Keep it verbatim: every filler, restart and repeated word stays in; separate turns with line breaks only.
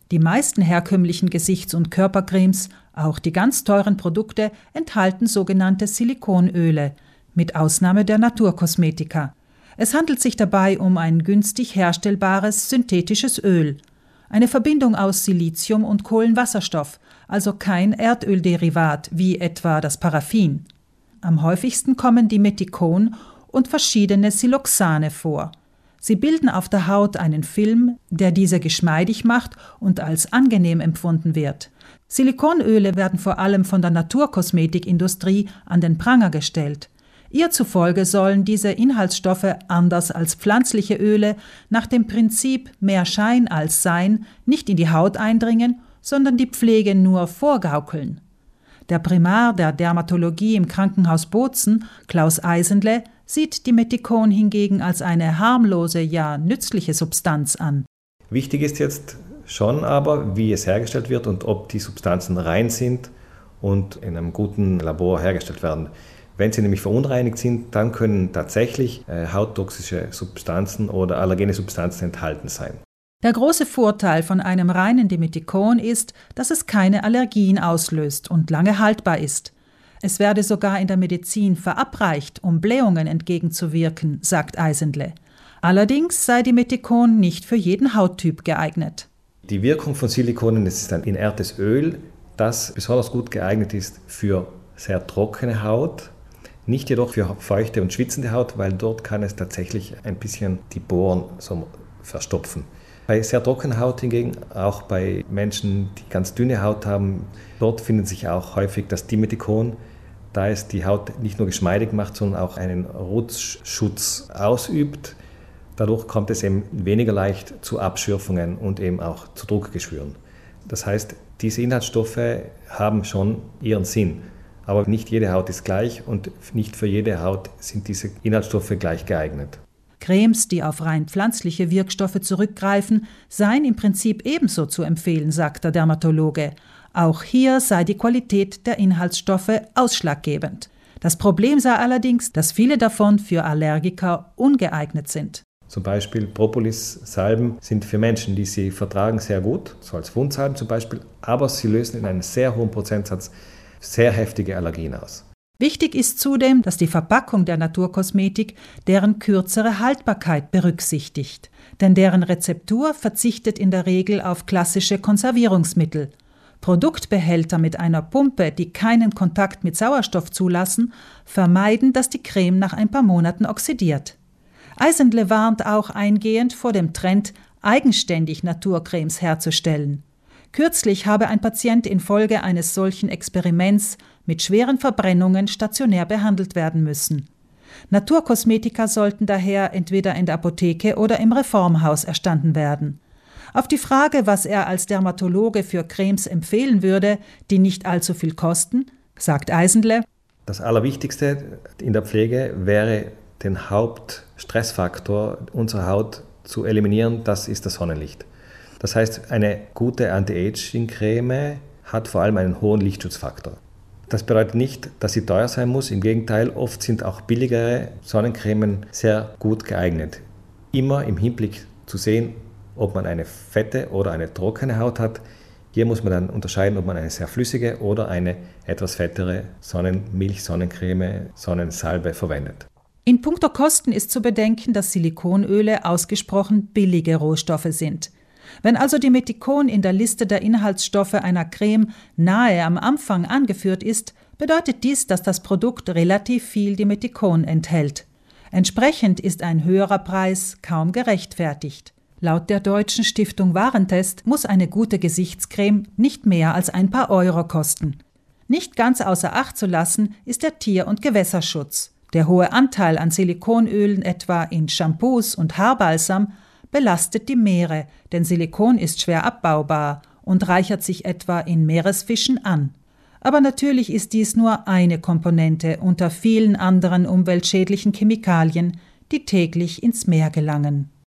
Die meisten herkömmlichen Gesichts- und Körpercremes, auch die ganz teuren Produkte, enthalten sogenannte Silikonöle, mit Ausnahme der Naturkosmetika. Es handelt sich dabei um ein günstig herstellbares synthetisches Öl, eine Verbindung aus Silizium und Kohlenwasserstoff, also kein Erdölderivat wie etwa das Paraffin. Am häufigsten kommen Dimethicon und verschiedene Siloxane vor. Sie bilden auf der Haut einen Film, der diese geschmeidig macht und als angenehm empfunden wird. Silikonöle werden vor allem von der Naturkosmetikindustrie an den Pranger gestellt. Ihr zufolge sollen diese Inhaltsstoffe, anders als pflanzliche Öle, nach dem Prinzip mehr Schein als Sein nicht in die Haut eindringen, sondern die Pflege nur vorgaukeln. Der Primar der Dermatologie im Krankenhaus Bozen, Klaus Eisenle, sieht Dimethicon hingegen als eine harmlose, ja nützliche Substanz an.
Wichtig ist jetzt schon aber, wie es hergestellt wird und ob die Substanzen rein sind und in einem guten Labor hergestellt werden. Wenn sie nämlich verunreinigt sind, dann können tatsächlich äh, hauttoxische Substanzen oder allergene Substanzen enthalten sein.
Der große Vorteil von einem reinen Dimethicon ist, dass es keine Allergien auslöst und lange haltbar ist. Es werde sogar in der Medizin verabreicht, um Blähungen entgegenzuwirken, sagt Eisenle. Allerdings sei Dimethicon nicht für jeden Hauttyp geeignet.
Die Wirkung von Silikonen ist ein inertes Öl, das besonders gut geeignet ist für sehr trockene Haut, nicht jedoch für feuchte und schwitzende Haut, weil dort kann es tatsächlich ein bisschen die Poren so verstopfen. Bei sehr trockener Haut hingegen, auch bei Menschen, die ganz dünne Haut haben, dort findet sich auch häufig das Dimethicon, da es die Haut nicht nur geschmeidig macht, sondern auch einen Rutschschutz ausübt. Dadurch kommt es eben weniger leicht zu Abschürfungen und eben auch zu Druckgeschwüren. Das heißt, diese Inhaltsstoffe haben schon ihren Sinn, aber nicht jede Haut ist gleich und nicht für jede Haut sind diese Inhaltsstoffe gleich geeignet.
Cremes, die auf rein pflanzliche Wirkstoffe zurückgreifen, seien im Prinzip ebenso zu empfehlen, sagt der Dermatologe. Auch hier sei die Qualität der Inhaltsstoffe ausschlaggebend. Das Problem sei allerdings, dass viele davon für Allergiker ungeeignet sind.
Zum Beispiel Propolis-Salben sind für Menschen, die sie vertragen, sehr gut, so als Wundsalben zum Beispiel, aber sie lösen in einem sehr hohen Prozentsatz sehr heftige Allergien aus.
Wichtig ist zudem, dass die Verpackung der Naturkosmetik deren kürzere Haltbarkeit berücksichtigt, denn deren Rezeptur verzichtet in der Regel auf klassische Konservierungsmittel. Produktbehälter mit einer Pumpe, die keinen Kontakt mit Sauerstoff zulassen, vermeiden, dass die Creme nach ein paar Monaten oxidiert. Eisenle warnt auch eingehend vor dem Trend, eigenständig Naturcremes herzustellen. Kürzlich habe ein Patient infolge eines solchen Experiments mit schweren Verbrennungen stationär behandelt werden müssen. Naturkosmetika sollten daher entweder in der Apotheke oder im Reformhaus erstanden werden. Auf die Frage, was er als Dermatologe für Cremes empfehlen würde, die nicht allzu viel kosten, sagt Eisenle:
Das Allerwichtigste in der Pflege wäre, den Hauptstressfaktor unserer Haut zu eliminieren, das ist das Sonnenlicht. Das heißt, eine gute Anti-Aging-Creme hat vor allem einen hohen Lichtschutzfaktor. Das bedeutet nicht, dass sie teuer sein muss. Im Gegenteil, oft sind auch billigere Sonnencremen sehr gut geeignet. Immer im Hinblick zu sehen, ob man eine fette oder eine trockene Haut hat. Hier muss man dann unterscheiden, ob man eine sehr flüssige oder eine etwas fettere Sonnenmilch, Sonnencreme, Sonnensalbe verwendet.
In puncto Kosten ist zu bedenken, dass Silikonöle ausgesprochen billige Rohstoffe sind. Wenn also Dimethicon in der Liste der Inhaltsstoffe einer Creme nahe am Anfang angeführt ist, bedeutet dies, dass das Produkt relativ viel Dimethicon enthält. Entsprechend ist ein höherer Preis kaum gerechtfertigt. Laut der Deutschen Stiftung Warentest muss eine gute Gesichtscreme nicht mehr als ein paar Euro kosten. Nicht ganz außer Acht zu lassen ist der Tier- und Gewässerschutz. Der hohe Anteil an Silikonölen etwa in Shampoos und Haarbalsam belastet die Meere, denn Silikon ist schwer abbaubar und reichert sich etwa in Meeresfischen an. Aber natürlich ist dies nur eine Komponente unter vielen anderen umweltschädlichen Chemikalien, die täglich ins Meer gelangen.